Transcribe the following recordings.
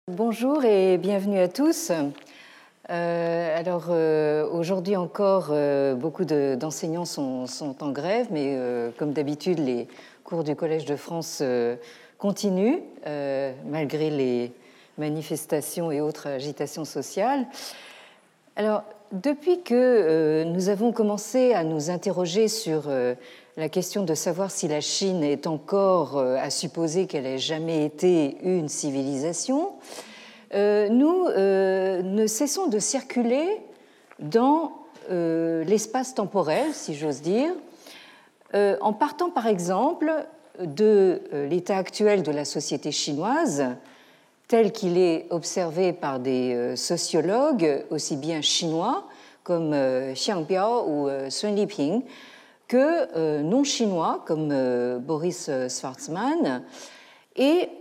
Bonjour et bienvenue à tous. Aujourd'hui encore, beaucoup d'enseignants sont en grève, mais comme d'habitude, les cours du Collège de France continuent, malgré les manifestations et autres agitations sociales. Alors, depuis que nous avons commencé à nous interroger sur la question de savoir si la Chine est encore à supposer qu'elle ait jamais été une civilisation, nous ne cessons de circuler dans l'espace temporel, si j'ose dire, en partant par exemple de l'état actuel de la société chinoise, tel qu'il est observé par des sociologues aussi bien chinois comme Xiang Biao ou Sun Liping, que non chinois comme Boris Schwartzman, et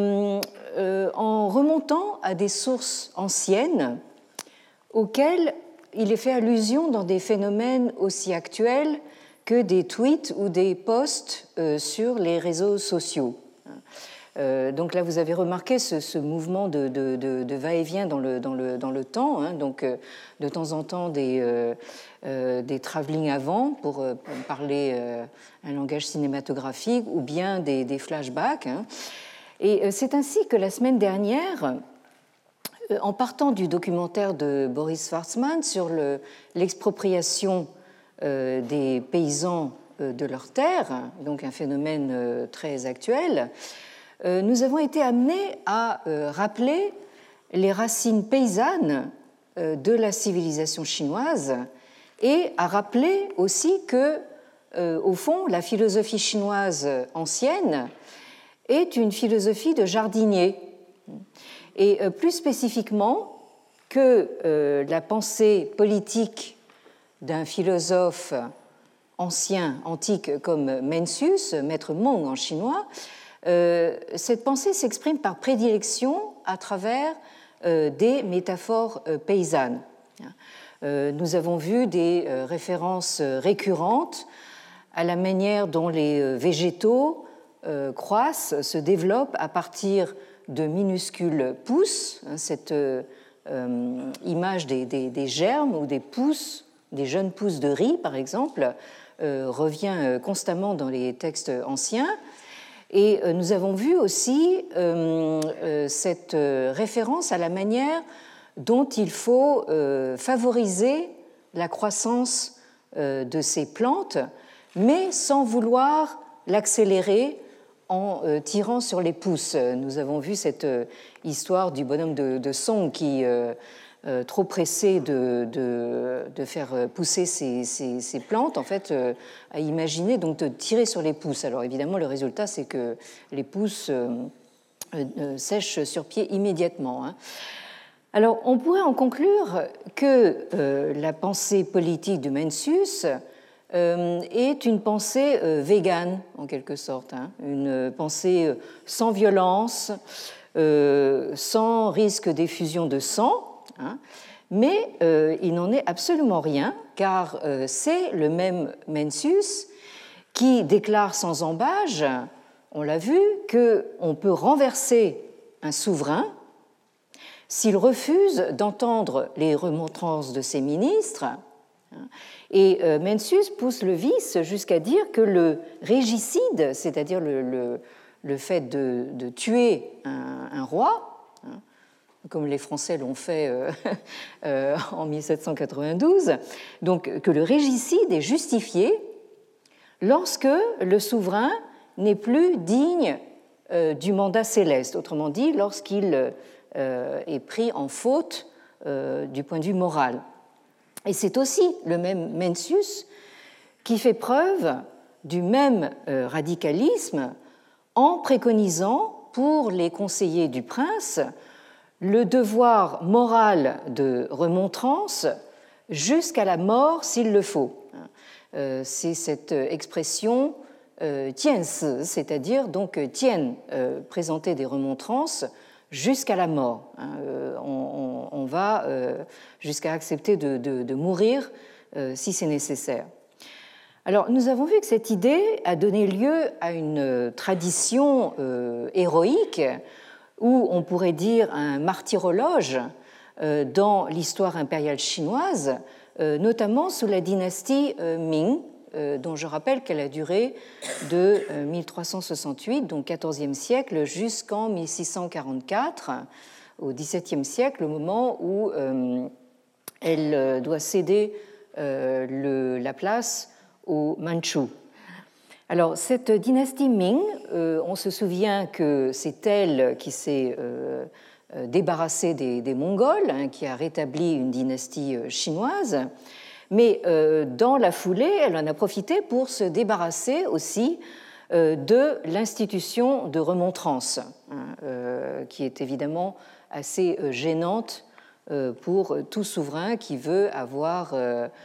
en remontant à des sources anciennes auxquelles il est fait allusion dans des phénomènes aussi actuels que des tweets ou des posts sur les réseaux sociaux. Donc là, vous avez remarqué ce mouvement de va-et-vient dans le temps, hein, donc de temps en temps des travelling avant pour parler un langage cinématographique ou bien des flashbacks. Hein. Et c'est ainsi que la semaine dernière, en partant du documentaire de Boris Schwartzman sur l'expropriation des paysans de leurs terres, donc un phénomène très actuel, nous avons été amenés à rappeler les racines paysannes de la civilisation chinoise et à rappeler aussi que, au fond, la philosophie chinoise ancienne est une philosophie de jardinier. Et plus spécifiquement que la pensée politique d'un philosophe ancien, antique comme Mencius, maître Meng en chinois, cette pensée s'exprime par prédilection à travers des métaphores paysannes. Nous avons vu des références récurrentes à la manière dont les végétaux croissent, se développent à partir de minuscules pousses, cette image des germes ou des pousses, des jeunes pousses de riz par exemple, revient constamment dans les textes anciens. Et nous avons vu aussi cette référence à la manière dont il faut favoriser la croissance de ces plantes, mais sans vouloir l'accélérer en tirant sur les pousses. Nous avons vu cette histoire du bonhomme de Song qui, trop pressé de faire pousser ces plantes, en fait, a imaginé donc de tirer sur les pousses. Alors évidemment, le résultat, c'est que les pousses sèchent sur pied immédiatement. Hein. Alors, on pourrait en conclure que la pensée politique de Mencius est une pensée végane, en quelque sorte, hein, une pensée sans violence, sans risque d'effusion de sang, hein, mais il n'en est absolument rien, car c'est le même Mencius qui déclare sans ambages, on l'a vu, qu'on peut renverser un souverain s'il refuse d'entendre les remontrances de ses ministres. Et Mencius pousse le vice jusqu'à dire que le régicide, c'est-à-dire le fait de tuer un roi, hein, comme les Français l'ont fait en 1792, donc que le régicide est justifié lorsque le souverain n'est plus digne du mandat céleste, autrement dit, lorsqu'il est pris en faute du point de vue moral. Et c'est aussi le même Mencius qui fait preuve du même radicalisme en préconisant pour les conseillers du prince le devoir moral de remontrance jusqu'à la mort s'il le faut. C'est cette expression tiansi, c'est-à-dire donc tian, présenter des remontrances jusqu'à la mort. On va jusqu'à accepter de mourir si c'est nécessaire. Alors, nous avons vu que cette idée a donné lieu à une tradition héroïque ou on pourrait dire un martyrologe dans l'histoire impériale chinoise, notamment sous la dynastie Ming, dont je rappelle qu'elle a duré de 1368, donc XIVe siècle, jusqu'en 1644, au XVIIe siècle, au moment où elle doit céder la place aux Mandchous. Alors, cette dynastie Ming, on se souvient que c'est elle qui s'est débarrassée des Mongols, hein, qui a rétabli une dynastie chinoise, mais dans la foulée, elle en a profité pour se débarrasser aussi de l'institution de remontrance, hein, qui est évidemment assez gênante pour tout souverain qui veut avoir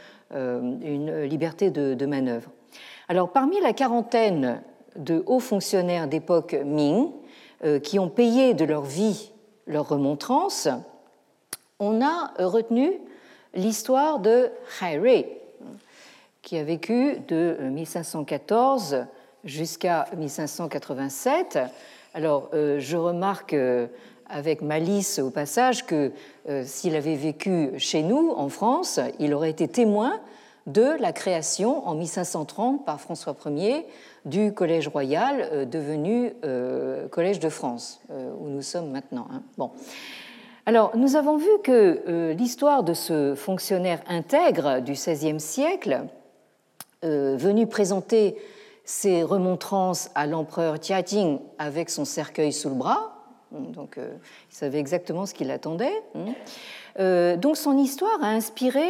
une liberté de manœuvre. Alors, parmi la quarantaine de hauts fonctionnaires d'époque Ming qui ont payé de leur vie leur remontrance, on a retenu l'histoire de Hai Rui, qui a vécu de 1514 jusqu'à 1587. Alors, je remarque avec malice au passage que s'il avait vécu chez nous, en France, il aurait été témoin de la création en 1530 par François Ier du Collège royal devenu Collège de France, où nous sommes maintenant. Hein. Bon. Alors, nous avons vu que l'histoire de ce fonctionnaire intègre du XVIe siècle, venu présenter ses remontrances à l'empereur Jiajing avec son cercueil sous le bras, donc il savait exactement ce qui l'attendait. Donc, son histoire a inspiré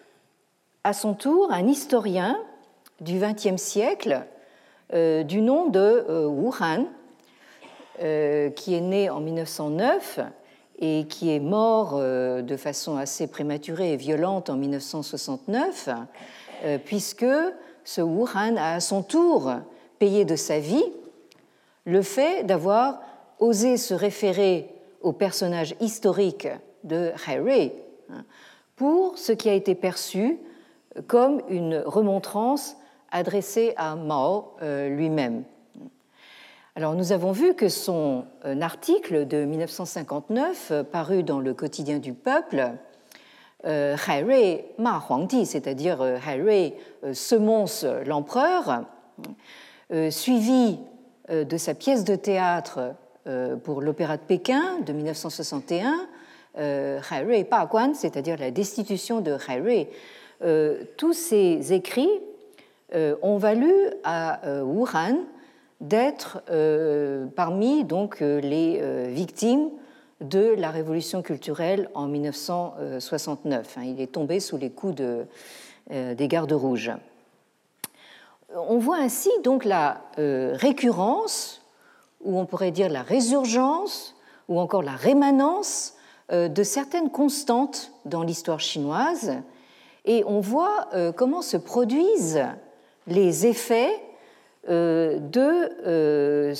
à son tour un historien du XXe siècle du nom de Wu Han, qui est né en 1909 et qui est mort de façon assez prématurée et violente en 1969, puisque ce Wu Han a à son tour payé de sa vie le fait d'avoir osé se référer au personnage historique de Hai Rui pour ce qui a été perçu comme une remontrance adressée à Mao lui-même. Alors, nous avons vu que son article de 1959, paru dans le Quotidien du Peuple, Hai Rui Ma Huangdi, c'est-à-dire Hai Rui semonce l'empereur, suivi de sa pièce de théâtre pour l'Opéra de Pékin de 1961, Hai Rui Pa Guan, c'est-à-dire la destitution de Hai Rui. Tous ces écrits ont valu à Wu Han d'être parmi donc, les victimes de la révolution culturelle en 1969. Il est tombé sous les coups des gardes rouges. On voit ainsi donc la récurrence, ou on pourrait dire la résurgence, ou encore la rémanence de certaines constantes dans l'histoire chinoise, et on voit comment se produisent les effets de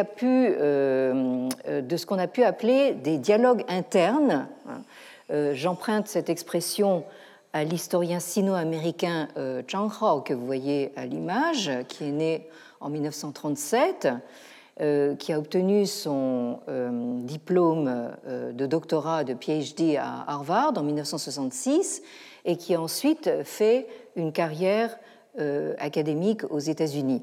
ce qu'on a pu appeler des dialogues internes. J'emprunte cette expression à l'historien sino-américain Zhang Hao, que vous voyez à l'image, qui est né en 1937, qui a obtenu son diplôme de doctorat de PhD à Harvard en 1966 et qui a ensuite fait une carrière académique aux États-Unis.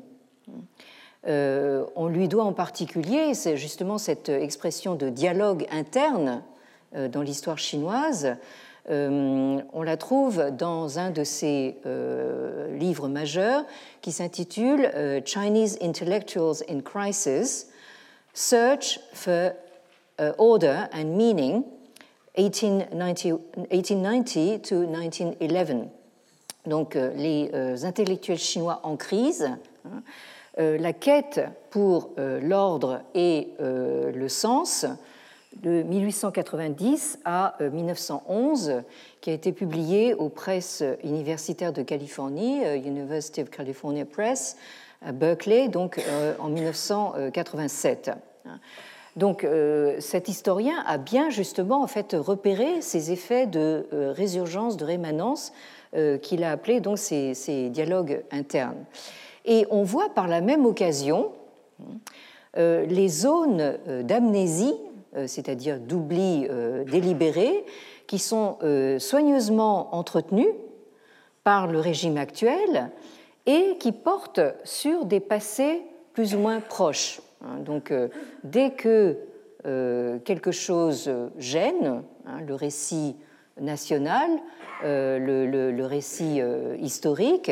On lui doit en particulier, c'est justement cette expression de dialogue interne dans l'histoire chinoise. On la trouve dans un de ses livres majeurs qui s'intitule Chinese Intellectuals in Crisis, Search for Order and Meaning, 1890 to 1911. Donc, les intellectuels chinois en crise, la quête pour l'ordre et le sens, de 1890 à 1911, qui a été publié aux presses universitaires de Californie, University of California Press, à Berkeley, donc en 1987. Donc, cet historien a bien justement en fait repéré ces effets de résurgence, de rémanence qu'il a appelés donc ces dialogues internes. Et on voit par la même occasion les zones d'amnésie c'est-à-dire d'oubli délibéré, qui sont soigneusement entretenus par le régime actuel et qui portent sur des passés plus ou moins proches. Donc, dès que quelque chose gêne, le récit national, le récit historique,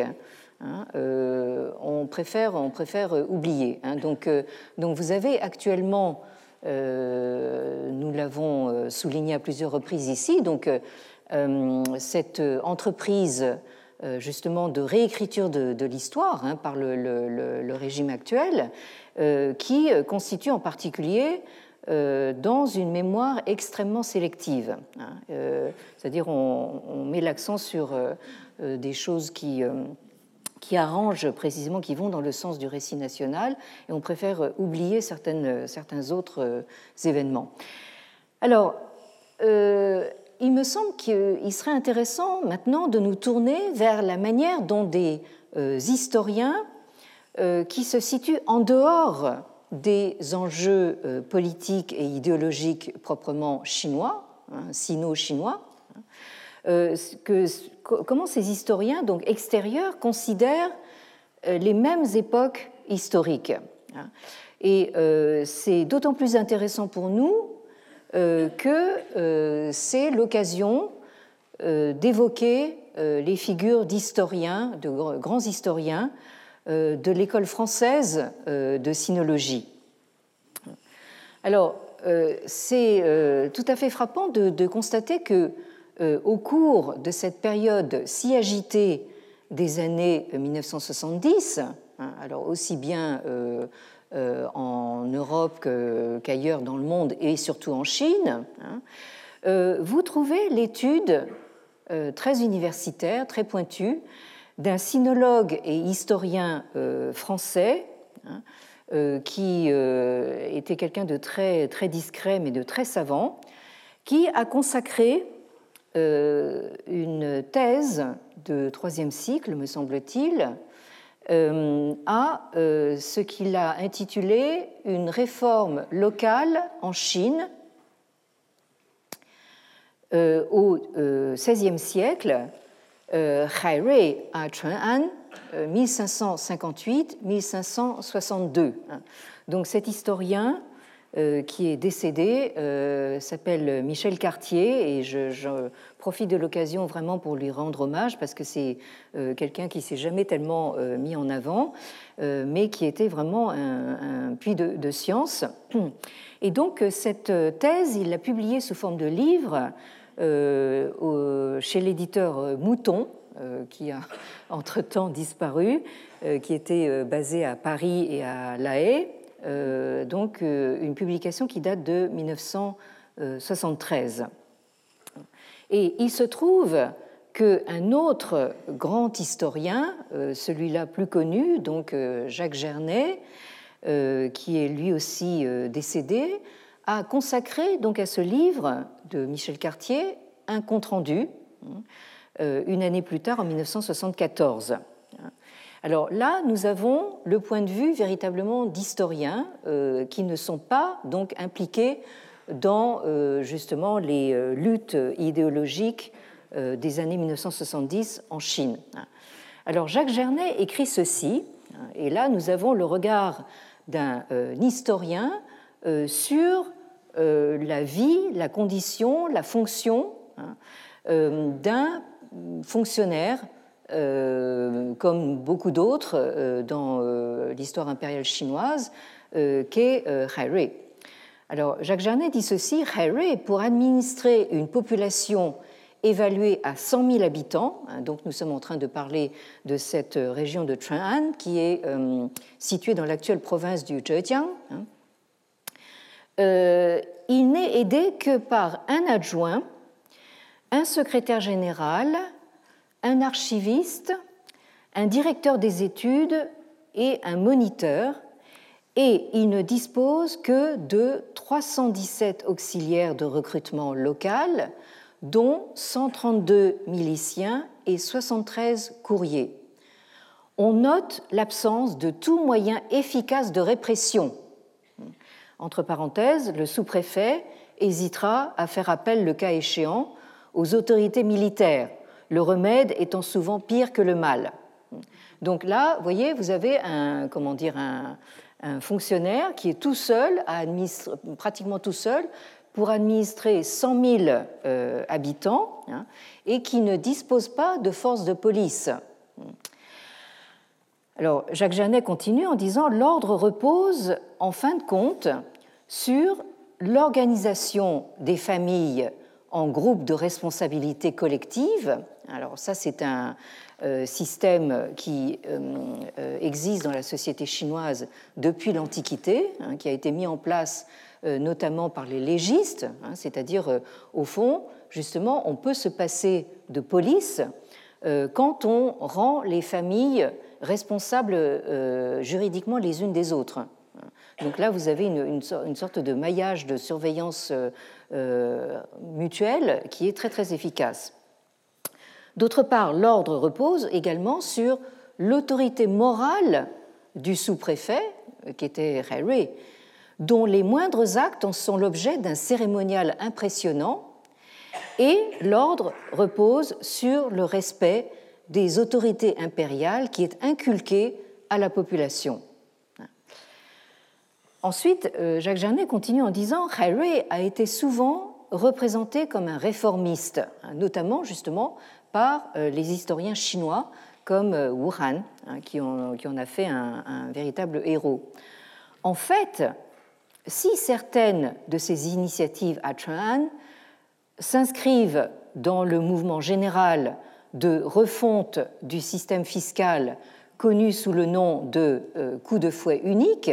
on préfère oublier. Donc, vous avez actuellement, nous l'avons souligné à plusieurs reprises ici, donc cette entreprise justement de réécriture de l'histoire par le régime actuel, qui constitue en particulier dans une mémoire extrêmement sélective. C'est-à-dire on met l'accent sur des choses qui arrangent précisément, qui vont dans le sens du récit national, et on préfère oublier certains autres événements. Alors, il me semble qu'il serait intéressant maintenant de nous tourner vers la manière dont des historiens qui se situent en dehors des enjeux politiques et idéologiques proprement chinois, sino-chinois, comment ces historiens donc extérieurs considèrent les mêmes époques historiques. Et c'est d'autant plus intéressant pour nous que c'est l'occasion d'évoquer les figures d'historiens, de grands historiens de l'école française de sinologie. Alors, c'est tout à fait frappant de constater que au cours de cette période si agitée des années 1970, alors aussi bien en Europe qu'ailleurs dans le monde et surtout en Chine, vous trouvez l'étude très universitaire, très pointue, d'un sinologue et historien français qui était quelqu'un de très, très discret mais de très savant, qui a consacré une thèse de troisième cycle, me semble-t-il, à ce qu'il a intitulé « Une réforme locale en Chine au XVIe siècle, Hai Rui à Chun'an, 1558-1562 ». Donc cet historien qui est décédé s'appelle Michel Cartier, et je profite de l'occasion vraiment pour lui rendre hommage parce que c'est quelqu'un qui ne s'est jamais tellement mis en avant, mais qui était vraiment un puits de science. Et donc cette thèse, il l'a publiée sous forme de livre chez l'éditeur Mouton, qui a entre-temps disparu, qui était basé à Paris et à La Haye. Donc une publication qui date de 1973. Et il se trouve qu'un autre grand historien, celui-là plus connu, donc Jacques Gernet, qui est lui aussi décédé, a consacré donc à ce livre de Michel Cartier un compte-rendu une année plus tard, en 1974. Alors là, nous avons le point de vue véritablement d'historiens qui ne sont pas donc impliqués dans justement les luttes idéologiques des années 1970 en Chine. Alors Jacques Gernet écrit ceci, et là nous avons le regard d'un historien sur la vie, la condition, la fonction d'un fonctionnaire, comme beaucoup d'autres dans l'histoire impériale chinoise, qu'est Hai Rui. Alors, Jacques Gernet dit ceci: Hai Rui, pour administrer une population évaluée à 100 000 habitants, donc nous sommes en train de parler de cette région de Chun'an, qui est située dans l'actuelle province du Zhejiang, il n'est aidé que par un adjoint, un secrétaire général, un archiviste, un directeur des études et un moniteur, et il ne dispose que de 317 auxiliaires de recrutement local, dont 132 miliciens et 73 courriers. On note l'absence de tout moyen efficace de répression. entre parenthèses, le sous-préfet hésitera à faire appel le cas échéant aux autorités militaires, le remède étant souvent pire que le mal. Donc là, vous voyez, vous avez un fonctionnaire qui est tout seul, pratiquement tout seul, pour administrer 100 000 habitants et qui ne dispose pas de force de police. Alors, Jacques Jeannet continue en disant « L'ordre repose, en fin de compte, sur l'organisation des familles en groupes de responsabilité collective. » Alors ça, c'est un système qui existe dans la société chinoise depuis l'Antiquité, qui a été mis en place notamment par les légistes, c'est-à-dire, au fond, justement, on peut se passer de police quand on rend les familles responsables juridiquement les unes des autres. Donc là, vous avez une sorte de maillage de surveillance mutuelle qui est très, très efficace. D'autre part, l'ordre repose également sur l'autorité morale du sous-préfet, qui était Harry, dont les moindres actes en sont l'objet d'un cérémonial impressionnant, et l'ordre repose sur le respect des autorités impériales qui est inculqué à la population. Ensuite, Jacques Jeannet continue en disant « Harry a été souvent représenté comme un réformiste, notamment justement par les historiens chinois comme Wu Han, qui en a fait un véritable héros. En fait, si certaines de ces initiatives à Chang'an s'inscrivent dans le mouvement général de refonte du système fiscal connu sous le nom de coup de fouet unique,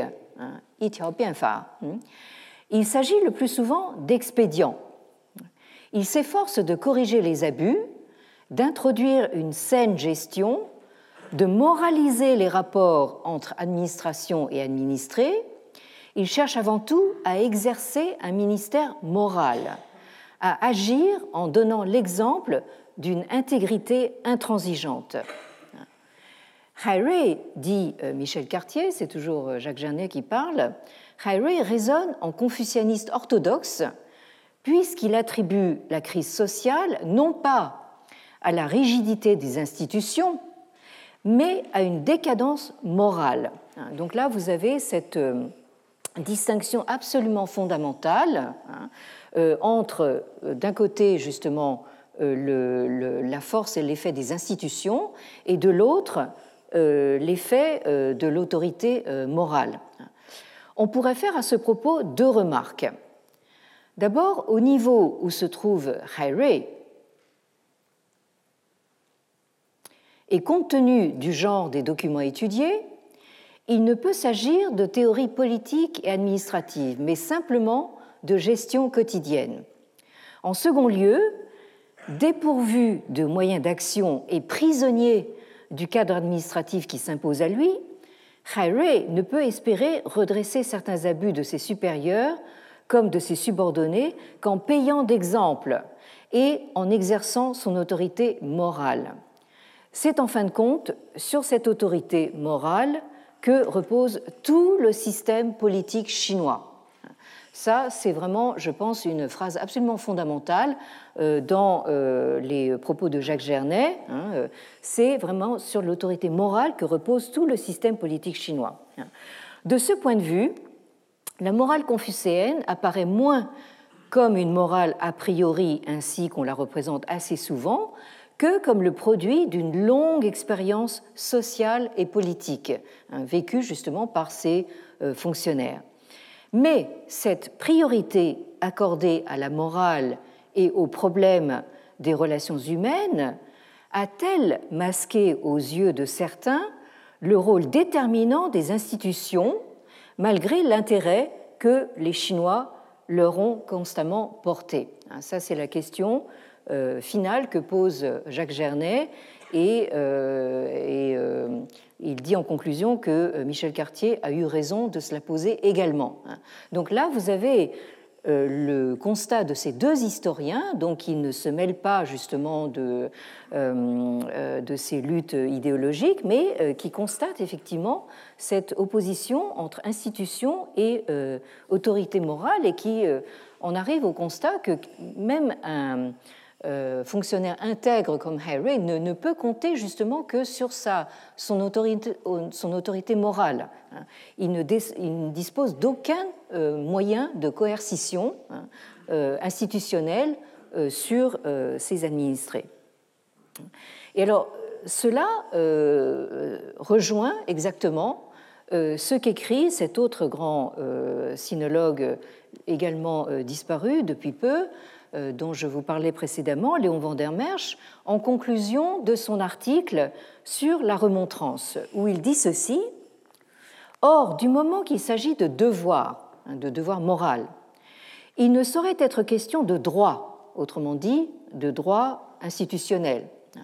il s'agit le plus souvent d'expédients. Il s'efforce de corriger les abus, d'introduire une saine gestion, de moraliser les rapports entre administration et administrés. Il cherche avant tout à exercer un ministère moral, à agir en donnant l'exemple d'une intégrité intransigeante. Harry, dit Michel Cartier, c'est toujours Jacques Jeannet qui parle, Harry raisonne en confucianiste orthodoxe puisqu'il attribue la crise sociale non pas à la rigidité des institutions, mais à une décadence morale. Donc là, vous avez cette distinction absolument fondamentale entre, d'un côté, justement, la force et l'effet des institutions, et de l'autre, l'effet de l'autorité morale. On pourrait faire à ce propos deux remarques. D'abord, au niveau où se trouve Harry, et compte tenu du genre des documents étudiés, il ne peut s'agir de théorie politique et administrative, mais simplement de gestion quotidienne. En second lieu, dépourvu de moyens d'action et prisonnier du cadre administratif qui s'impose à lui, Harry ne peut espérer redresser certains abus de ses supérieurs comme de ses subordonnés qu'en payant d'exemple et en exerçant son autorité morale. C'est en fin de compte sur cette autorité morale que repose tout le système politique chinois. Ça, c'est vraiment, je pense, une phrase absolument fondamentale dans les propos de Jacques Jeannet. C'est vraiment sur l'autorité morale que repose tout le système politique chinois. De ce point de vue, la morale confucéenne apparaît moins comme une morale a priori, ainsi qu'on la représente assez souvent, que comme le produit d'une longue expérience sociale et politique, vécue justement par ces fonctionnaires. Mais cette priorité accordée à la morale et aux problèmes des relations humaines a-t-elle masqué aux yeux de certains le rôle déterminant des institutions, malgré l'intérêt que les Chinois leur ont constamment porté? Ça, c'est la question finale que pose Jacques Jeannet, et il dit en conclusion que Michel Cartier a eu raison de se la poser également. Donc là, vous avez le constat de ces deux historiens, donc qui ne se mêlent pas justement de ces luttes idéologiques, mais qui constatent effectivement cette opposition entre institution et autorité morale, et qui en arrive au constat que même un fonctionnaire intègre comme Harry ne peut compter justement que sur son autorité morale. Il ne dispose d'aucun moyen de coercition institutionnelle sur ses administrés. Et alors, cela rejoint exactement ce qu'écrit cet autre grand sinologue également disparu depuis peu, dont je vous parlais précédemment, Léon van der Merch, en conclusion de son article sur la remontrance, où il dit ceci: « Or, du moment qu'il s'agit de devoir moral, il ne saurait être question de droit, autrement dit, de droit institutionnel.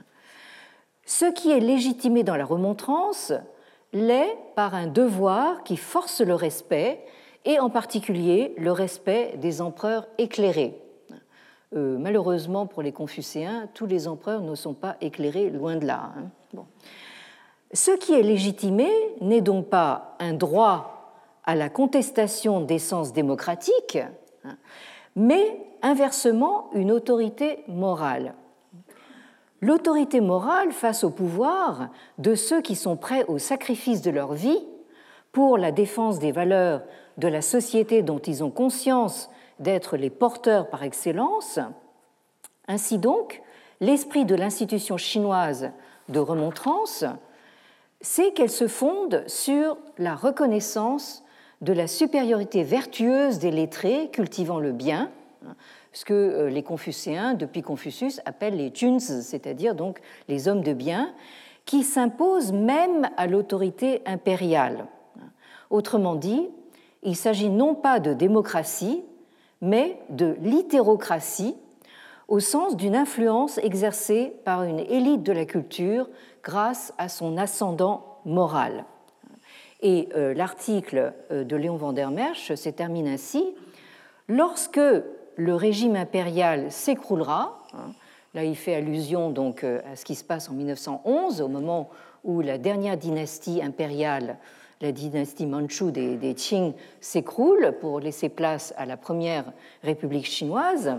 Ce qui est légitimé dans la remontrance l'est par un devoir qui force le respect, et en particulier le respect des empereurs éclairés. » Malheureusement pour les confucéens, tous les empereurs ne sont pas éclairés, loin de là. Bon. Ce qui est légitimé n'est donc pas un droit à la contestation d'essence démocratique, mais inversement une autorité morale. L'autorité morale face au pouvoir de ceux qui sont prêts au sacrifice de leur vie pour la défense des valeurs de la société dont ils ont conscience d'être les porteurs par excellence. Ainsi donc, l'esprit de l'institution chinoise de remontrance, c'est qu'elle se fonde sur la reconnaissance de la supériorité vertueuse des lettrés cultivant le bien, ce que les confucéens, depuis Confucius, appellent les juns, c'est-à-dire donc les hommes de bien, qui s'imposent même à l'autorité impériale. Autrement dit, il s'agit non pas de démocratie, mais de littérocratie, au sens d'une influence exercée par une élite de la culture grâce à son ascendant moral. Et l'article de Léon van der Merch se termine ainsi: « Lorsque le régime impérial s'écroulera », là il fait allusion donc à ce qui se passe en 1911, au moment où la dernière dynastie impériale, la dynastie mandchoue des Qing, s'écroule pour laisser place à la première république chinoise,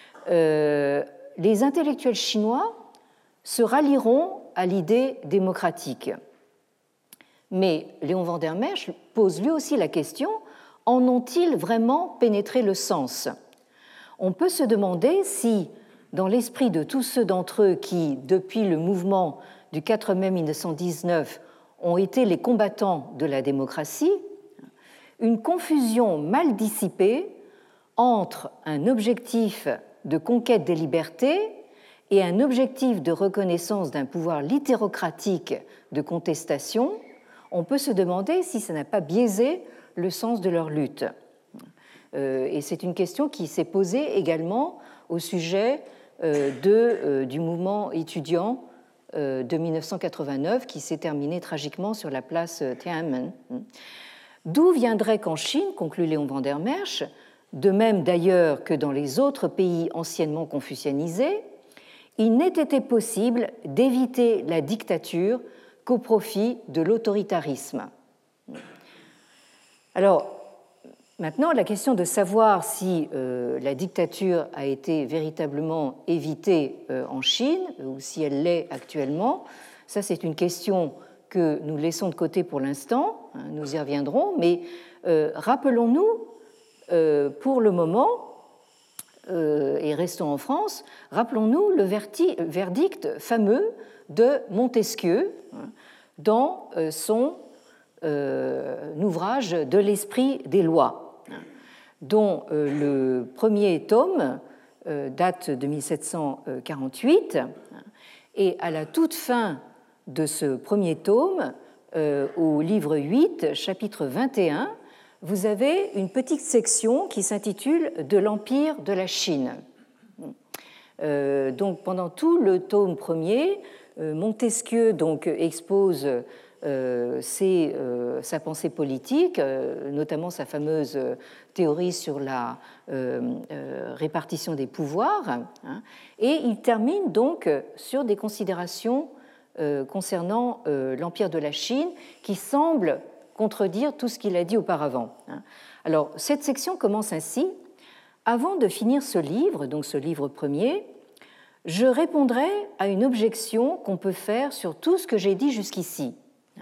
les intellectuels chinois se rallieront à l'idée démocratique. Mais Léon van der Merch pose lui aussi la question: en ont-ils vraiment pénétré le sens ? On peut se demander si, dans l'esprit de tous ceux d'entre eux qui, depuis le mouvement du 4 mai 1919, ont été les combattants de la démocratie, une confusion mal dissipée entre un objectif de conquête des libertés et un objectif de reconnaissance d'un pouvoir littérocratique de contestation, on peut se demander si ça n'a pas biaisé le sens de leur lutte. Et c'est une question qui s'est posée également au sujet du mouvement étudiant de 1989 qui s'est terminé tragiquement sur la place Tiananmen. D'où viendrait qu'en Chine, conclut Léon van der Merch, de même d'ailleurs que dans les autres pays anciennement confucianisés, il n'ait été possible d'éviter la dictature qu'au profit de l'autoritarisme. Alors, maintenant, la question de savoir si la dictature a été véritablement évitée en Chine ou si elle l'est actuellement, ça c'est une question que nous laissons de côté pour l'instant, nous y reviendrons, mais rappelons-nous pour le moment, et restons en France, rappelons-nous le verdict fameux de Montesquieu dans son ouvrage de l'esprit des lois, dont le premier tome date de 1748, et à la toute fin de ce premier tome, au livre 8, chapitre 21, vous avez une petite section qui s'intitule « De l'Empire de la Chine ». Donc, pendant tout le tome premier, Montesquieu donc expose c'est sa pensée politique, notamment sa fameuse théorie sur la répartition des pouvoirs, hein, et il termine donc sur des considérations concernant l'Empire de la Chine qui semblent contredire tout ce qu'il a dit auparavant. Alors, cette section commence ainsi. Avant de finir ce livre, donc ce livre premier, je répondrai à une objection qu'on peut faire sur tout ce que j'ai dit jusqu'ici.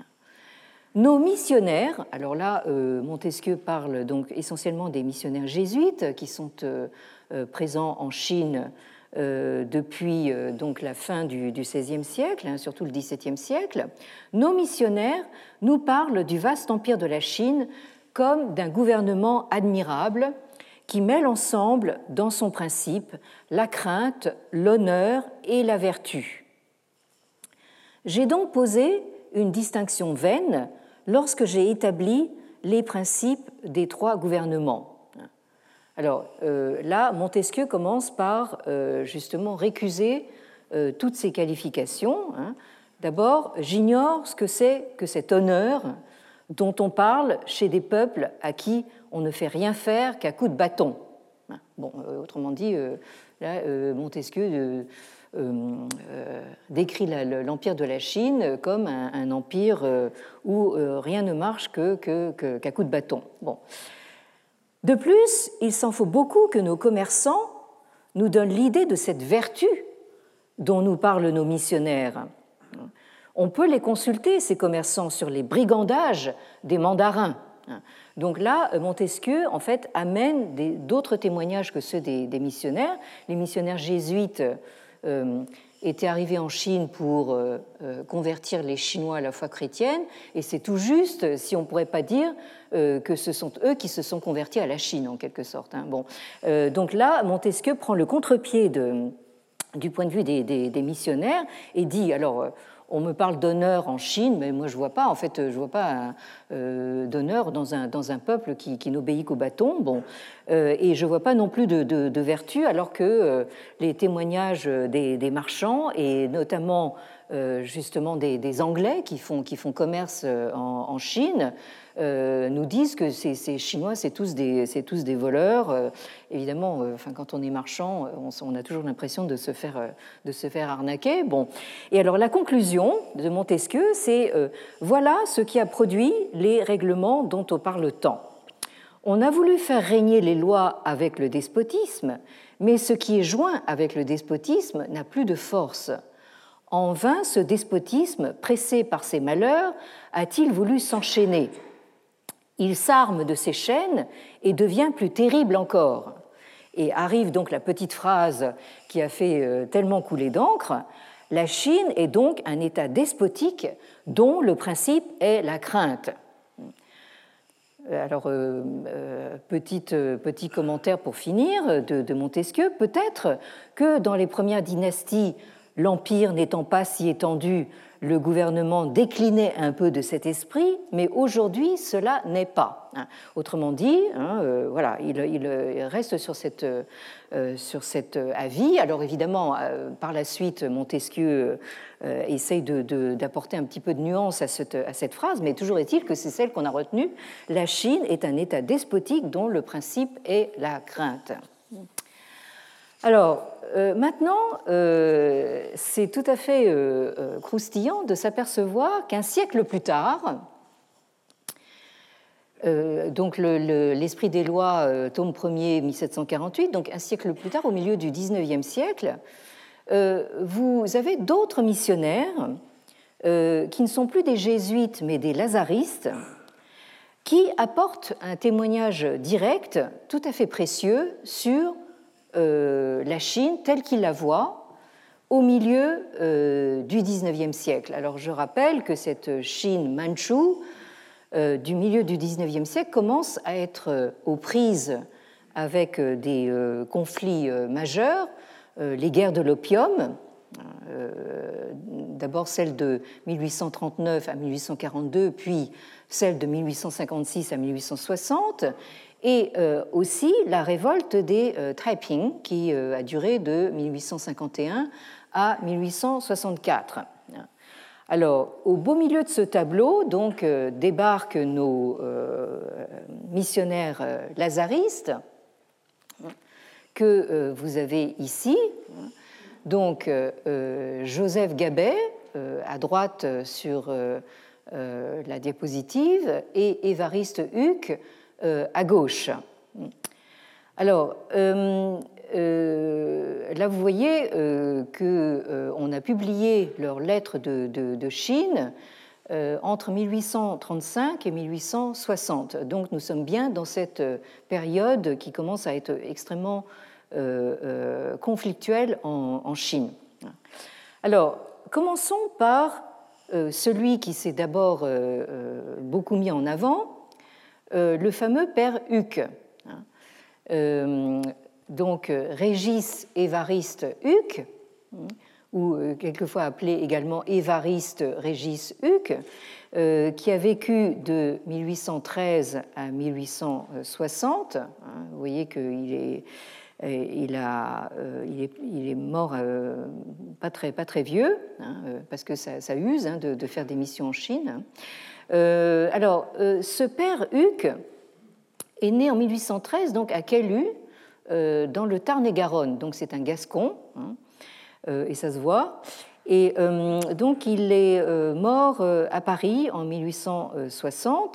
Nos missionnaires, alors là, Montesquieu parle donc essentiellement des missionnaires jésuites qui sont présents en Chine depuis donc la fin du XVIe siècle, hein, surtout le XVIIe siècle. Nos missionnaires nous parlent du vaste empire de la Chine comme d'un gouvernement admirable qui mêle ensemble dans son principe la crainte, l'honneur et la vertu. J'ai donc posé une distinction vaine lorsque j'ai établi les principes des trois gouvernements. Alors là, Montesquieu commence par justement récuser toutes ces qualifications. D'abord, j'ignore ce que c'est que cet honneur dont on parle chez des peuples à qui on ne fait rien faire qu'à coups de bâton. Bon, autrement dit, là, Montesquieu décrit l'empire de la Chine comme un empire où rien ne marche qu'à coups de bâton. Bon. De plus, il s'en faut beaucoup que nos commerçants nous donnent l'idée de cette vertu dont nous parlent nos missionnaires. On peut les consulter, ces commerçants, sur les brigandages des mandarins. Donc là, Montesquieu, en fait, amène d'autres témoignages que ceux des missionnaires. Les missionnaires jésuites étaient arrivés en Chine pour convertir les Chinois à la foi chrétienne, et c'est tout juste si on ne pourrait pas dire que ce sont eux qui se sont convertis à la Chine, en quelque sorte. Bon. Donc là, Montesquieu prend le contre-pied du point de vue des missionnaires et dit, alors, on me parle d'honneur en Chine, mais moi je vois pas, en fait, je vois pas d'honneur dans un peuple qui n'obéit qu'au bâton. Bon, et je vois pas non plus de vertu, alors que les témoignages des marchands et notamment justement des Anglais qui font commerce en Chine nous disent que ces Chinois, c'est tous des voleurs. Évidemment, enfin, quand on est marchand, on a toujours l'impression de se faire arnaquer. Bon. Et alors la conclusion de Montesquieu, c'est voilà ce qui a produit les règlements dont on parle tant. On a voulu faire régner les lois avec le despotisme, mais ce qui est joint avec le despotisme n'a plus de force. En vain, ce despotisme, pressé par ses malheurs, a-t-il voulu s'enchaîner. Il s'arme de ses chaînes et devient plus terrible encore. Et arrive donc la petite phrase qui a fait tellement couler d'encre. La Chine est donc un État despotique dont le principe est la crainte. Alors, petit commentaire pour finir de Montesquieu. Peut-être que dans les premières dynasties, l'Empire n'étant pas si étendu, le gouvernement déclinait un peu de cet esprit, mais aujourd'hui, cela n'est pas. Autrement dit, voilà, il reste sur cet avis. Alors évidemment, par la suite, Montesquieu essaye d'apporter un petit peu de nuance à cette phrase, mais toujours est-il que c'est celle qu'on a retenue. La Chine est un État despotique dont le principe est la crainte. Alors, maintenant, c'est tout à fait croustillant de s'apercevoir qu'un siècle plus tard, donc l'Esprit des lois, tome 1er, 1748, donc un siècle plus tard, au milieu du XIXe siècle, vous avez d'autres missionnaires qui ne sont plus des jésuites, mais des lazaristes, qui apportent un témoignage direct, tout à fait précieux, sur la Chine telle qu'il la voit au milieu du XIXe siècle. Alors je rappelle que cette Chine mandchoue du milieu du XIXe siècle commence à être aux prises avec des conflits majeurs, les guerres de l'opium, d'abord celle de 1839 à 1842, puis celle de 1856 à 1860, et aussi la révolte des Taiping qui a duré de 1851 à 1864. Alors, au beau milieu de ce tableau, donc, débarquent nos missionnaires lazaristes que vous avez ici. Donc, Joseph Gabet, à droite sur la diapositive, et Évariste Huc, à gauche. Alors, là, vous voyez qu'on a publié leurs lettres de Chine entre 1835 et 1860. Donc, nous sommes bien dans cette période qui commence à être extrêmement conflictuelle en Chine. Alors, commençons par celui qui s'est d'abord beaucoup mis en avant, le fameux père Huc. Donc, Régis Évariste Huc, ou quelquefois appelé également Évariste Régis Huc, qui a vécu de 1813 à 1860. Vous voyez qu'il est, il est mort pas très vieux, parce que ça use de faire des missions en Chine. Alors, ce père Huc est né en 1813 donc à Cailloux, dans le Tarn-et-Garonne. Donc c'est un Gascon, et ça se voit. Et donc il est mort à Paris en 1860.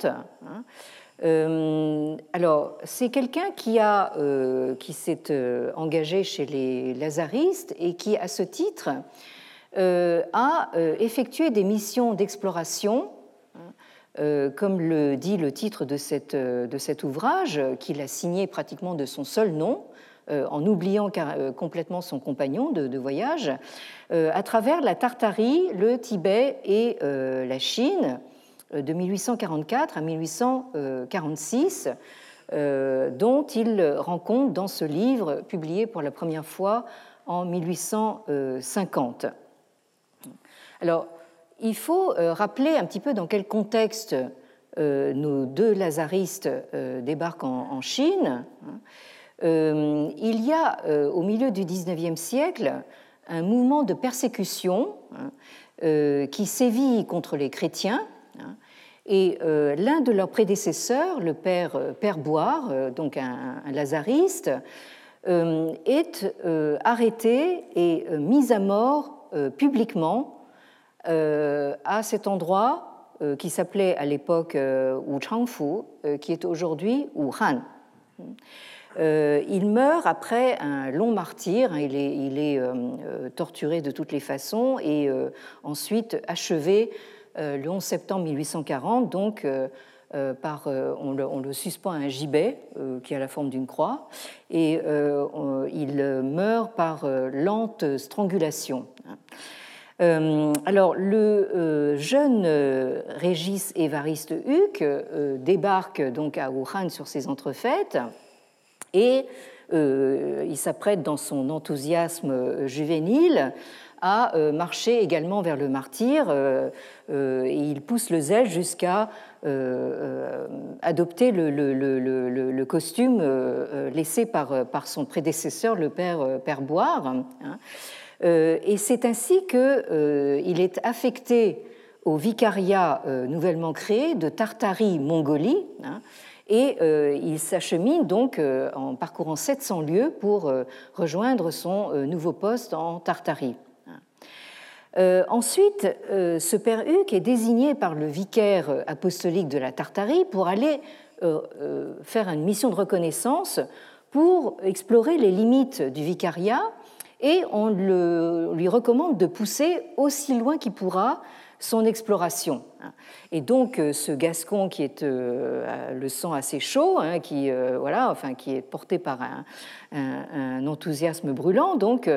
Alors c'est quelqu'un qui s'est engagé chez les lazaristes et qui, à ce titre, a effectué des missions d'exploration, comme le dit le titre de cet ouvrage, qu'il a signé pratiquement de son seul nom, en oubliant complètement son compagnon de voyage, à travers la Tartarie, le Tibet et la Chine, de 1844 à 1846, dont il rend compte dans ce livre publié pour la première fois en 1850. Alors, il faut rappeler un petit peu dans quel contexte nos deux lazaristes débarquent en Chine. Il y a, au milieu du XIXe siècle, un mouvement de persécution qui sévit contre les chrétiens, et l'un de leurs prédécesseurs, le père Boire, donc un lazariste, est arrêté et mis à mort publiquement à cet endroit qui s'appelait à l'époque Wuchangfu, qui est aujourd'hui Wuhan. Il meurt après un long martyre, il est torturé de toutes les façons et ensuite achevé le 11 septembre 1840, donc on le suspend à un gibet qui a la forme d'une croix, et il meurt par lente strangulation. Alors, le jeune Régis Évariste Huc débarque donc à Wuhan sur ces entrefaites et il s'apprête dans son enthousiasme juvénile à marcher également vers le martyre, et il pousse le zèle jusqu'à adopter le costume laissé par son prédécesseur, le père Boire. Et c'est ainsi qu'il est affecté au vicariat nouvellement créé de Tartarie-Mongolie, et il s'achemine donc en parcourant 700 lieues pour rejoindre son nouveau poste en Tartarie. Ensuite, ce père Huc est désigné par le vicaire apostolique de la Tartarie pour aller faire une mission de reconnaissance pour explorer les limites du vicariat, et on lui recommande de pousser aussi loin qu'il pourra son exploration. Et donc, ce Gascon qui est le sang assez chaud, qui est porté par un enthousiasme brûlant, donc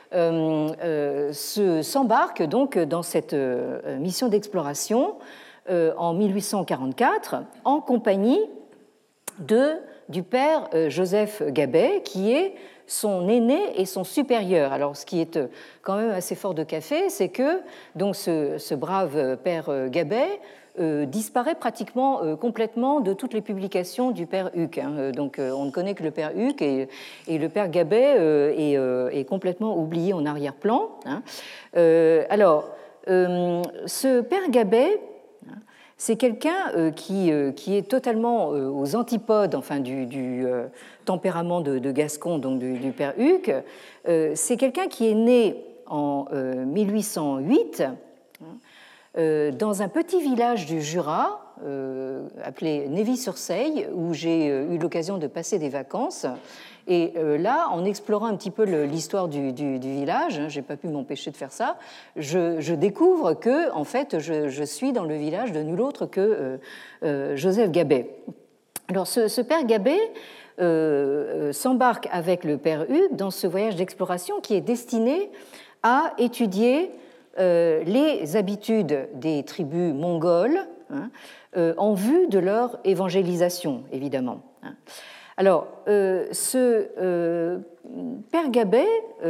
s'embarque donc dans cette mission d'exploration en 1844 en compagnie du père Joseph Gabet, qui est son aîné et son supérieur. Alors, ce qui est quand même assez fort de café, c'est que donc ce brave père Gabet disparaît pratiquement complètement de toutes les publications du père Huc. Donc, on ne connaît que le père Huc, et le père Gabet est complètement oublié en arrière-plan. Alors, ce père Gabet, c'est quelqu'un qui est totalement aux antipodes enfin, du tempérament de Gascon, donc du père Huc. C'est quelqu'un qui est né en 1808 dans un petit village du Jura appelé Névis-sur-Seille, où j'ai eu l'occasion de passer des vacances. Et là, en explorant un petit peu l'histoire du village, je n'ai pas pu m'empêcher de faire ça, je découvre que, en fait, je suis dans le village de nul autre que Joseph Gabet. Alors, ce père Gabet s'embarque avec le père Hugues dans ce voyage d'exploration qui est destiné à étudier les habitudes des tribus mongoles en vue de leur évangélisation, évidemment. Alors, ce père Gabet,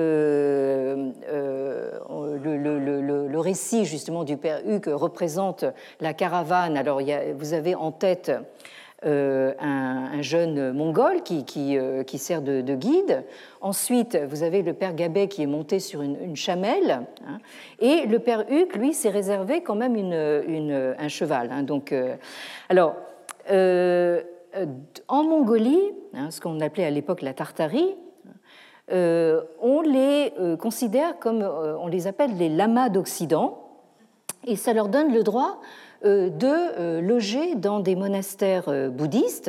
le récit justement du père Hugues représente la caravane. Alors, vous avez en tête un jeune mongol qui sert de guide. Ensuite, vous avez le père Gabet qui est monté sur une chamelle. Et le père Hugues, lui, s'est réservé quand même un cheval. Donc, alors, en Mongolie, ce qu'on appelait à l'époque la Tartarie, on les considère comme, on les appelle les lamas d'Occident, et ça leur donne le droit de loger dans des monastères bouddhistes.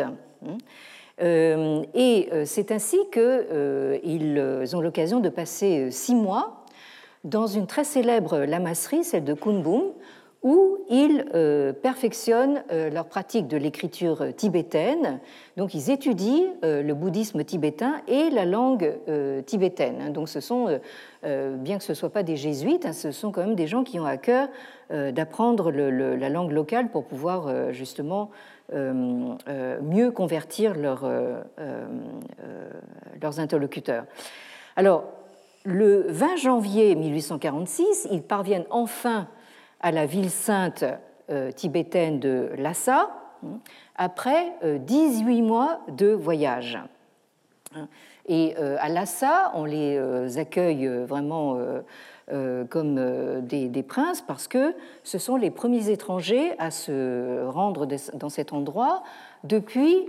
Et c'est ainsi qu'ils ont l'occasion de passer 6 mois dans une très célèbre lamasserie, celle de Kunbum, où ils perfectionnent leur pratique de l'écriture tibétaine. Donc, ils étudient le bouddhisme tibétain et la langue tibétaine. Donc, ce sont, bien que ce ne soient pas des jésuites, ce sont quand même des gens qui ont à cœur d'apprendre la langue locale pour pouvoir justement mieux convertir leurs interlocuteurs. Alors, le 20 janvier 1846, ils parviennent enfin à la ville sainte tibétaine de Lhasa, après 18 mois de voyage. Et à Lhasa, on les accueille vraiment comme des princes parce que ce sont les premiers étrangers à se rendre dans cet endroit depuis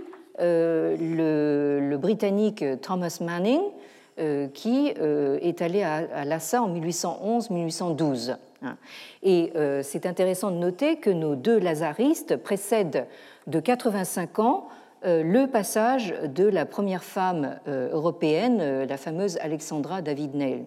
le Britannique Thomas Manning, qui est allé à Lhasa en 1811-1812. Et c'est intéressant de noter que nos 2 lazaristes précèdent de 85 ans le passage de la première femme européenne, la fameuse Alexandra David-Néel.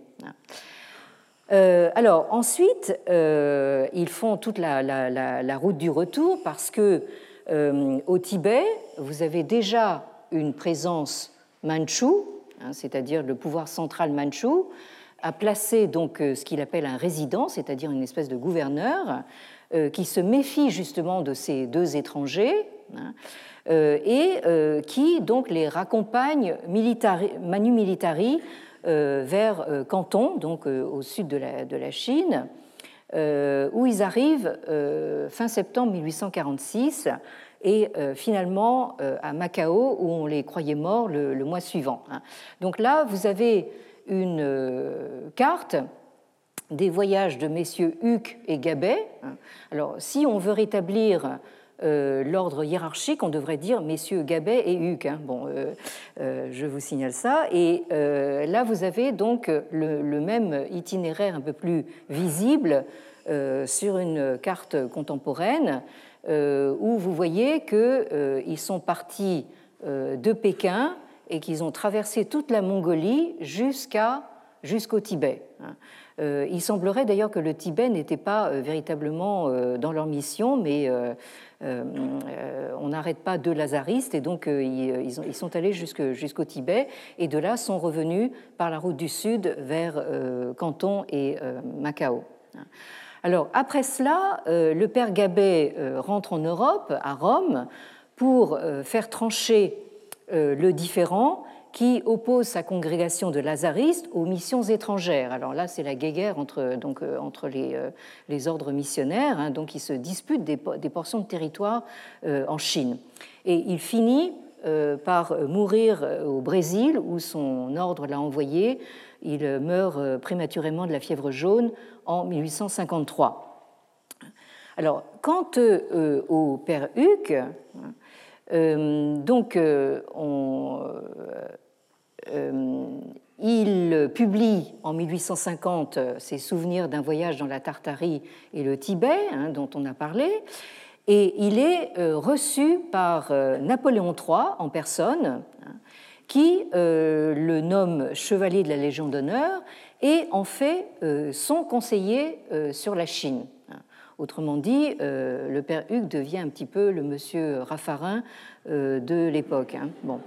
Alors ensuite, ils font toute la route du retour parce que au Tibet, vous avez déjà une présence mandchoue, c'est-à-dire le pouvoir central mandchou, a placé donc ce qu'il appelle un résident, c'est-à-dire une espèce de gouverneur, qui se méfie justement de ces 2 étrangers et qui donc les raccompagne manu militari vers Canton, donc au sud de la Chine, où ils arrivent fin septembre 1846 et finalement à Macao, où on les croyait morts le mois suivant. Donc là, vous avez une carte des voyages de messieurs Huc et Gabet. Alors, si on veut rétablir l'ordre hiérarchique, on devrait dire messieurs Gabet et Huc. Bon, je vous signale ça. Et là, vous avez donc le même itinéraire un peu plus visible sur une carte contemporaine où vous voyez qu'ils sont partis de Pékin et qu'ils ont traversé toute la Mongolie jusqu'au Tibet. Il semblerait d'ailleurs que le Tibet n'était pas véritablement dans leur mission, mais on n'arrête pas 2 lazaristes, et donc ils sont allés jusqu'au Tibet, et de là sont revenus par la route du Sud vers Canton et Macao. Alors, après cela, le père Gabet rentre en Europe, à Rome, pour faire trancher le différend qui oppose sa congrégation de lazaristes aux missions étrangères. Alors là, c'est la guéguerre entre les ordres missionnaires, donc ils se disputent des portions de territoire en Chine. Et il finit par mourir au Brésil, où son ordre l'a envoyé il meurt prématurément de la fièvre jaune en 1853. Alors, quant au père Huc, il publie en 1850 ses souvenirs d'un voyage dans la Tartarie et le Tibet, dont on a parlé, et il est reçu par Napoléon III en personne, qui le nomme chevalier de la Légion d'honneur et en fait son conseiller sur la Chine. Autrement dit, le père Huc devient un petit peu le monsieur Raffarin de l'époque. Bon.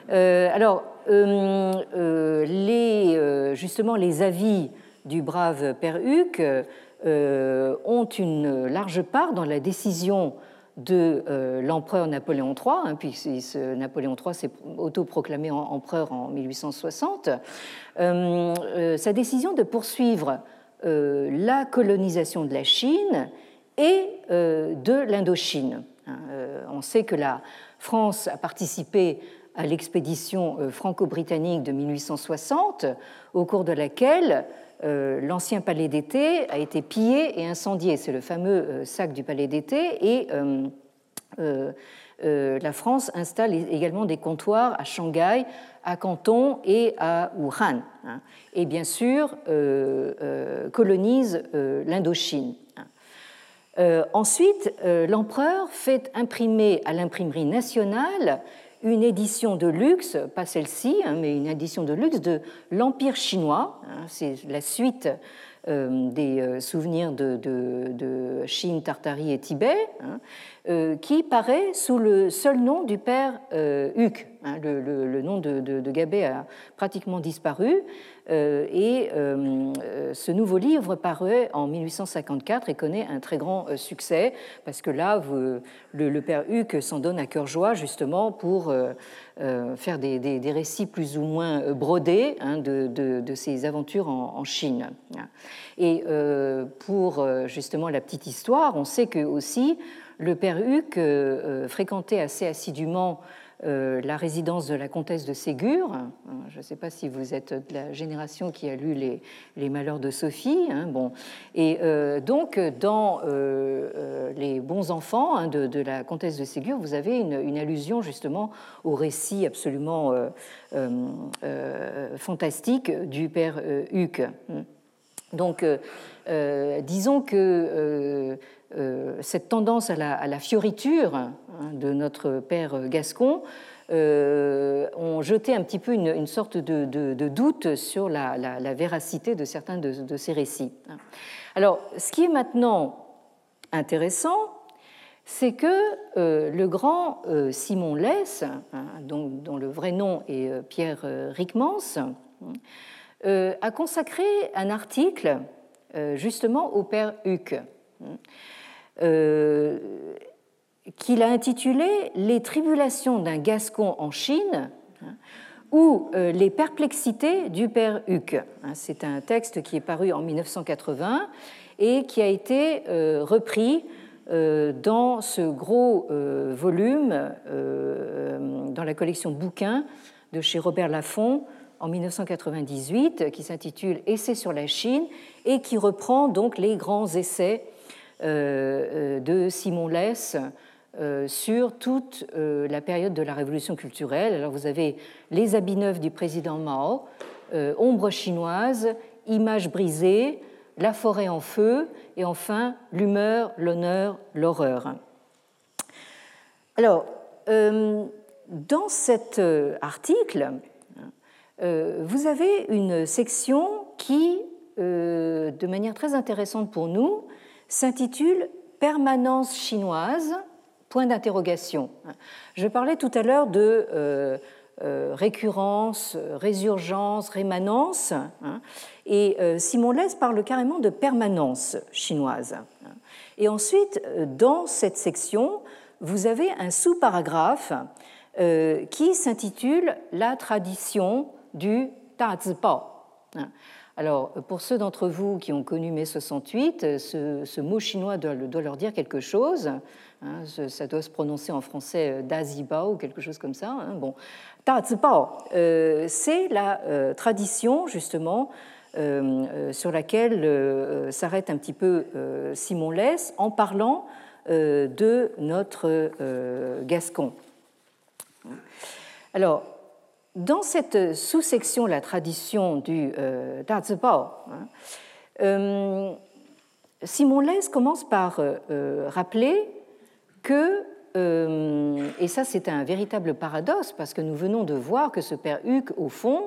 Justement, les avis du brave père Huc ont une large part dans la décision de l'empereur Napoléon III, puisque Napoléon III s'est autoproclamé empereur en 1860, sa décision de poursuivre la colonisation de la Chine et de l'Indochine. On sait que la France a participé à l'expédition franco-britannique de 1860, au cours de laquelle l'ancien palais d'été a été pillé et incendié. C'est le fameux sac du palais d'été, et la France installe également des comptoirs à Shanghai, à Canton et à Wuhan, et bien sûr colonise l'Indochine. Ensuite, l'empereur fait imprimer à l'imprimerie nationale une édition de luxe, pas celle-ci, mais une édition de luxe de l'Empire chinois. C'est la suite des souvenirs de Chine, Tartarie et Tibet, qui paraît sous le seul nom du père Huc. Le nom de Gabet a pratiquement disparu, et ce nouveau livre paraît en 1854 et connaît un très grand succès, parce que là, le père Huc s'en donne à cœur joie justement pour faire des récits plus ou moins brodés de ses aventures en Chine. Et pour justement la petite histoire, on sait que aussi le père Huc fréquentait assez assidûment la résidence de la comtesse de Ségur. Je ne sais pas si vous êtes de la génération qui a lu les Malheurs de Sophie. Bon. Et donc, dans les bons enfants de la comtesse de Ségur, vous avez une allusion justement au récit absolument fantastique du père Huc. Donc, disons que cette tendance à la fioriture de notre père gascon ont jeté un petit peu une sorte de doute sur la véracité de certains de ces récits. Alors, ce qui est maintenant intéressant, c'est que le grand Simon Lès, dont le vrai nom est Pierre Rickmans, a consacré un article justement au père Huc, qu'il a intitulé « Les tribulations d'un Gascon en Chine » ou « Les perplexités du père Huc ». C'est un texte qui est paru en 1980 et qui a été repris dans ce gros volume dans la collection de bouquins de chez Robert Laffont en 1998, qui s'intitule « Essais sur la Chine » et qui reprend donc les grands essais de Simon Lès sur toute la période de la Révolution culturelle. Alors vous avez les habits neufs du président Mao, Ombre chinoise, Images brisées, La forêt en feu et enfin L'humeur, l'honneur, l'horreur. Alors, dans cet article, vous avez une section qui, de manière très intéressante pour nous, s'intitule « Permanence chinoise ?» point d'interrogation. Je parlais tout à l'heure de récurrence, résurgence, rémanence, et Simon Lès parle carrément de permanence chinoise. Et ensuite, dans cette section, vous avez un sous-paragraphe qui s'intitule « La tradition du Dazibao ». Alors, pour ceux d'entre vous qui ont connu mai 68, ce mot chinois doit leur dire quelque chose. Hein, ça doit se prononcer en français Da Zibao ou quelque chose comme ça. Hein. Bon, Da Zibao, c'est la tradition justement sur laquelle s'arrête un petit peu Simon Leys en parlant de notre gascon. Alors, dans cette sous-section, la tradition du Da Zibao, Simon Leys commence par rappeler que, et ça c'est un véritable paradoxe, parce que nous venons de voir que ce père Huc, au fond,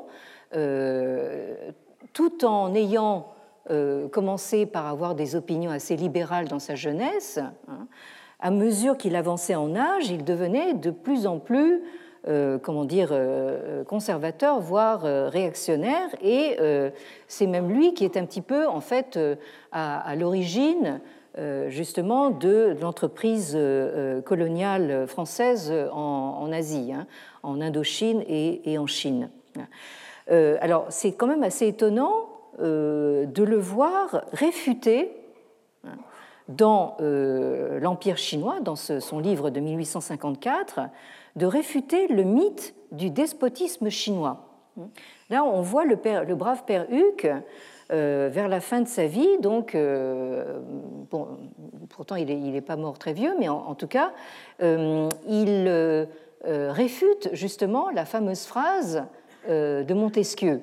tout en ayant commencé par avoir des opinions assez libérales dans sa jeunesse, hein, à mesure qu'il avançait en âge, il devenait de plus en plus conservateur, voire réactionnaire, et c'est même lui qui est un petit peu en fait à l'origine justement de l'entreprise coloniale française en Asie, hein, en Indochine et en Chine. Alors c'est quand même assez étonnant de le voir réfuter dans l'Empire chinois, dans son livre de 1854, de réfuter le mythe du despotisme chinois. Là, on voit le brave père Huc, vers la fin de sa vie, donc, bon, pourtant il n'est pas mort très vieux, mais en tout cas, il réfute justement la fameuse phrase de Montesquieu,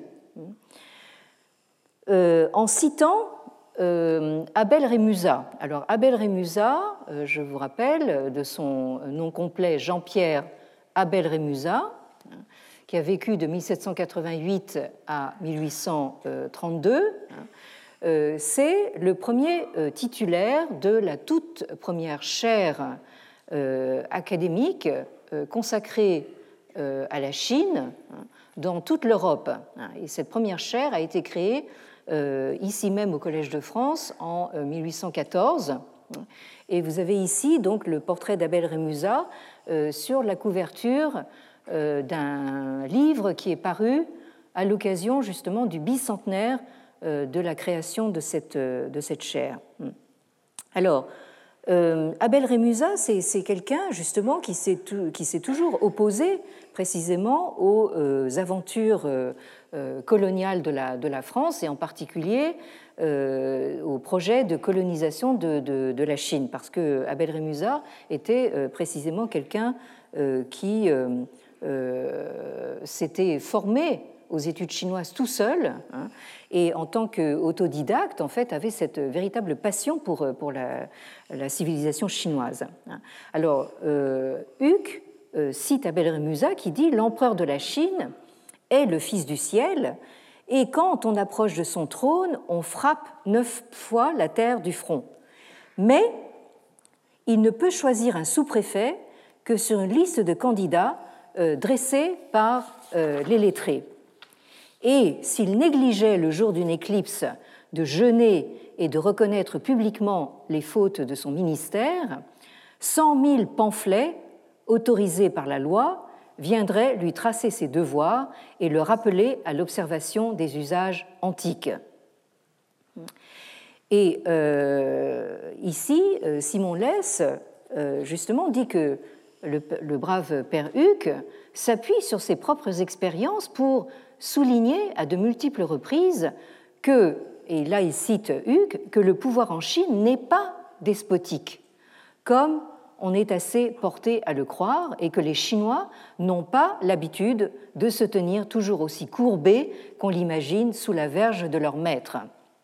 en citant Abel Rémusat. Alors, Abel Rémusat, je vous rappelle, de son nom complet Jean-Pierre Abel Rémusat, qui a vécu de 1788 à 1832, c'est le premier titulaire de la toute première chaire académique consacrée à la Chine dans toute l'Europe. Et cette première chaire a été créée ici même au Collège de France en 1814. Et vous avez ici donc le portrait d'Abel Rémusat sur la couverture d'un livre qui est paru à l'occasion justement du bicentenaire de la création de cette chaire. Alors, Abel Rémusat, c'est quelqu'un justement qui s'est toujours opposé précisément aux aventures coloniales de la France et en particulier au projet de colonisation de la Chine, parce que Abel Rémusat était précisément quelqu'un qui s'était formé aux études chinoises tout seul, hein, et en tant qu'autodidacte, en fait, avait cette véritable passion pour la civilisation chinoise. Alors, Huc cite Abel Rémusat qui dit « L'empereur de la Chine est le fils du ciel, et quand on approche de son trône, on frappe 9 fois la terre du front. Mais il ne peut choisir un sous-préfet que sur une liste de candidats dressée par les lettrés. Et s'il négligeait le jour d'une éclipse de jeûner et de reconnaître publiquement les fautes de son ministère, 100 000 pamphlets autorisés par la loi viendraient lui tracer ses devoirs et le rappeler à l'observation des usages antiques. » Et ici, Simon Leys, justement, dit que le brave père Huc s'appuie sur ses propres expériences pour souligner à de multiples reprises que, et là il cite Huc, que le pouvoir en Chine n'est pas despotique, comme on est assez porté à le croire, et que les Chinois n'ont pas l'habitude de se tenir toujours aussi courbés qu'on l'imagine sous la verge de leur maître.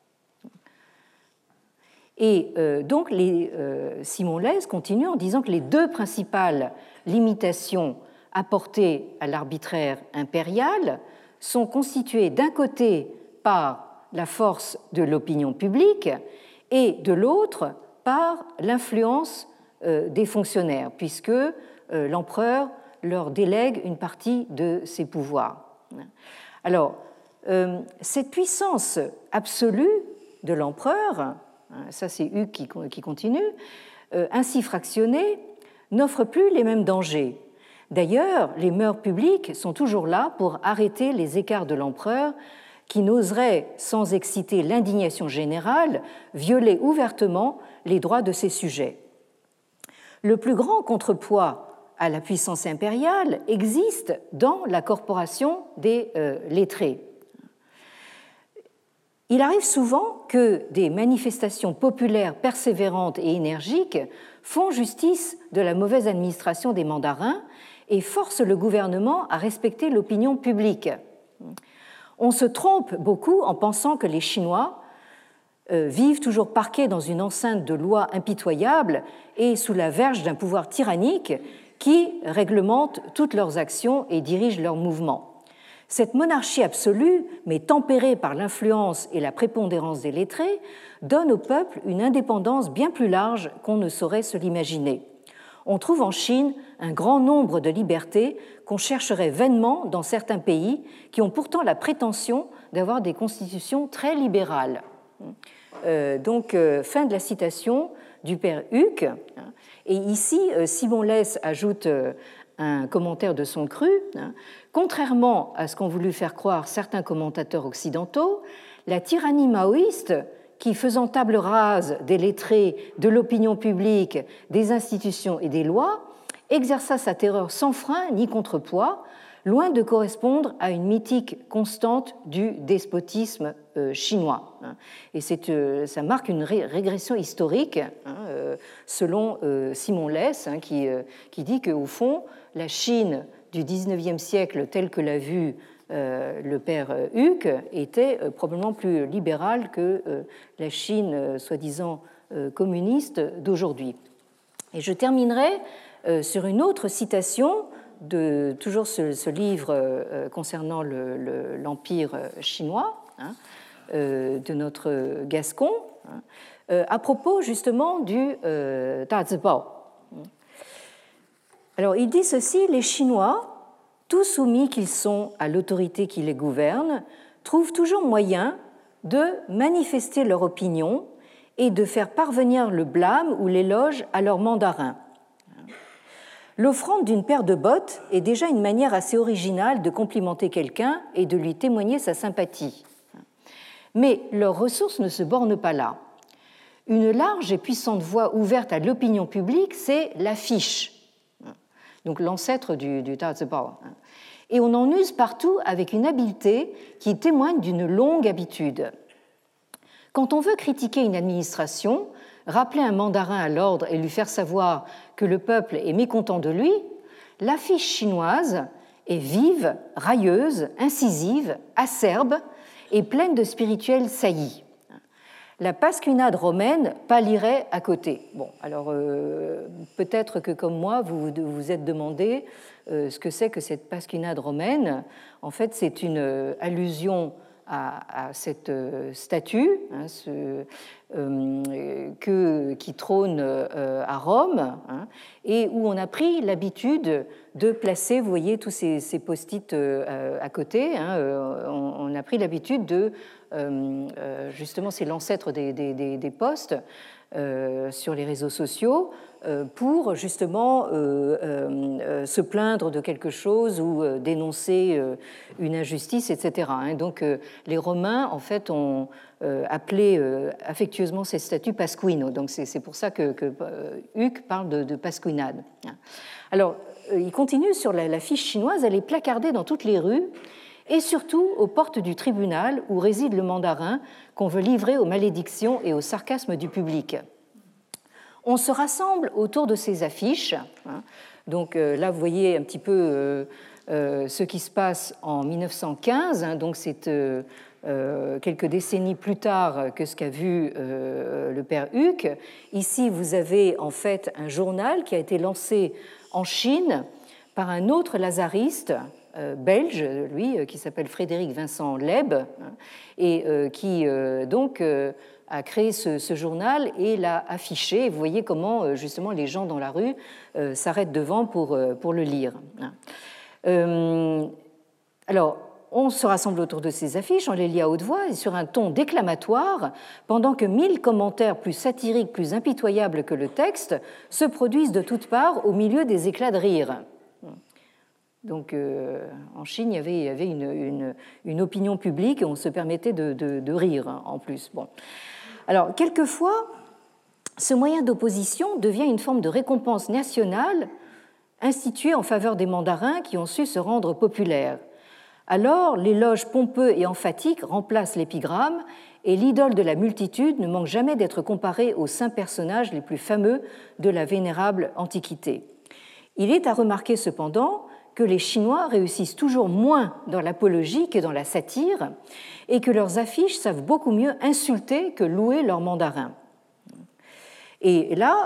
Et donc Simon Leys continue en disant que les deux principales limitations apportées à l'arbitraire impérial sont constituées d'un côté par la force de l'opinion publique et de l'autre par l'influence des fonctionnaires, puisque l'empereur leur délègue une partie de ses pouvoirs. Alors, cette puissance absolue de l'empereur, ça c'est Huc qui continue, ainsi fractionnée, n'offre plus les mêmes dangers. D'ailleurs, les mœurs publiques sont toujours là pour arrêter les écarts de l'empereur qui n'oserait, sans exciter l'indignation générale, violer ouvertement les droits de ses sujets. Le plus grand contrepoids à la puissance impériale existe dans la corporation des lettrés. Il arrive souvent que des manifestations populaires persévérantes et énergiques font justice de la mauvaise administration des mandarins et forcent le gouvernement à respecter l'opinion publique. On se trompe beaucoup en pensant que les Chinois vivent toujours parqués dans une enceinte de lois impitoyables et sous la verge d'un pouvoir tyrannique qui réglemente toutes leurs actions et dirige leurs mouvements. Cette monarchie absolue, mais tempérée par l'influence et la prépondérance des lettrés, donne au peuple une indépendance bien plus large qu'on ne saurait se l'imaginer. On trouve en Chine un grand nombre de libertés qu'on chercherait vainement dans certains pays qui ont pourtant la prétention d'avoir des constitutions très libérales. Fin de la citation du père Huc. Et ici, Simon Less ajoute un commentaire de son cru. Contrairement à ce qu'ont voulu faire croire certains commentateurs occidentaux, la tyrannie maoïste, qui, faisant table rase des lettrés, de l'opinion publique, des institutions et des lois, exerça sa terreur sans frein ni contrepoids, loin de correspondre à une mythique constante du despotisme chinois. Et ça marque une régression historique, selon Simon Less, qui dit qu'au fond, la Chine du XIXe siècle, telle que l'a vue le père Huc, était probablement plus libérale que la Chine soi-disant communiste d'aujourd'hui. Et je terminerai sur une autre citation de toujours ce livre concernant l'Empire chinois, de notre Gascon, à propos justement du Dazibao. Alors il dit ceci: les Chinois, tout soumis qu'ils sont à l'autorité qui les gouverne, trouvent toujours moyen de manifester leur opinion et de faire parvenir le blâme ou l'éloge à leurs mandarins. L'offrande d'une paire de bottes est déjà une manière assez originale de complimenter quelqu'un et de lui témoigner sa sympathie. Mais leurs ressources ne se bornent pas là. Une large et puissante voie ouverte à l'opinion publique, c'est l'affiche, donc l'ancêtre du Dazibao. Et on en use partout avec une habileté qui témoigne d'une longue habitude. Quand on veut critiquer une administration, rappeler un mandarin à l'ordre et lui faire savoir que le peuple est mécontent de lui, l'affiche chinoise est vive, railleuse, incisive, acerbe et pleine de spirituels saillies. La pasquinade romaine pâlirait à côté. Bon, alors peut-être que comme moi, vous vous êtes demandé ce que c'est que cette pasquinade romaine. En fait, c'est une allusion à cette statue qui trône à Rome, et où on a pris l'habitude de placer, vous voyez, tous ces post-it à côté, on a pris l'habitude de, justement, c'est l'ancêtre des posts sur les réseaux sociaux, pour justement se plaindre de quelque chose ou dénoncer une injustice, etc. Donc les Romains, en fait, ont appelé affectueusement cette statue Pasquino. Donc c'est pour ça que Huc parle de pasquinade. Alors, il continue sur la fiche chinoise, elle est placardée dans toutes les rues et surtout aux portes du tribunal où réside le mandarin qu'on veut livrer aux malédictions et au sarcasme du public. On se rassemble autour de ces affiches. Donc là, vous voyez un petit peu ce qui se passe en 1915. Donc c'est quelques décennies plus tard que ce qu'a vu le père Huc. Ici, vous avez en fait un journal qui a été lancé en Chine par un autre lazariste belge, lui, qui s'appelle Frédéric Vincent Leb, et qui donc a créé ce journal et l'a affiché. Vous voyez comment justement les gens dans la rue s'arrêtent devant pour le lire. Alors, on se rassemble autour de ces affiches, on les lit à haute voix et sur un ton déclamatoire, pendant que 1000 commentaires plus satiriques, plus impitoyables que le texte se produisent de toutes parts au milieu des éclats de rire. Donc en Chine, il y avait une opinion publique et on se permettait de rire hein, en plus. Bon. Alors, quelquefois, ce moyen d'opposition devient une forme de récompense nationale instituée en faveur des mandarins qui ont su se rendre populaires. Alors, l'éloge pompeux et emphatique remplace l'épigramme et l'idole de la multitude ne manque jamais d'être comparée aux saints personnages les plus fameux de la vénérable Antiquité. Il est à remarquer cependant que les Chinois réussissent toujours moins dans l'apologie que dans la satire et que leurs affiches savent beaucoup mieux insulter que louer leurs mandarins. Et là,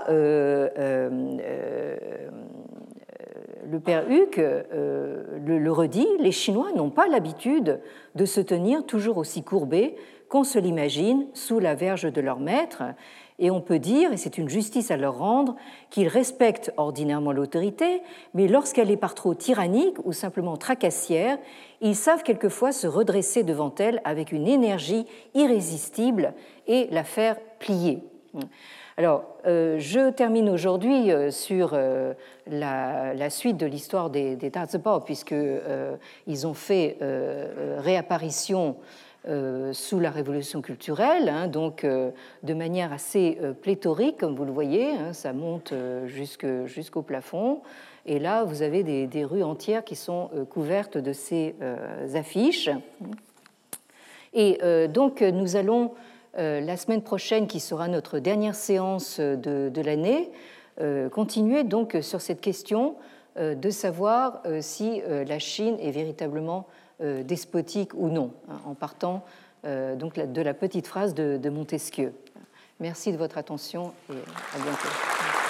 le père Huc le redit, les Chinois n'ont pas l'habitude de se tenir toujours aussi courbés qu'on se l'imagine sous la verge de leur maître, et on peut dire, et c'est une justice à leur rendre, qu'ils respectent ordinairement l'autorité, mais lorsqu'elle est par trop tyrannique ou simplement tracassière, ils savent quelquefois se redresser devant elle avec une énergie irrésistible et la faire plier. Alors, je termine aujourd'hui sur la suite de l'histoire des Dazebao, puisqu'ils ont fait réapparition sous la Révolution culturelle, hein, donc de manière assez pléthorique, comme vous le voyez, hein, ça monte jusqu'au plafond. Et là, vous avez des rues entières qui sont couvertes de ces affiches. Et donc, nous allons, la semaine prochaine, qui sera notre dernière séance de l'année, continuer donc sur cette question de savoir si la Chine est véritablement despotique ou non, hein, en partant donc de la petite phrase de Montesquieu. Merci de votre attention et à bientôt.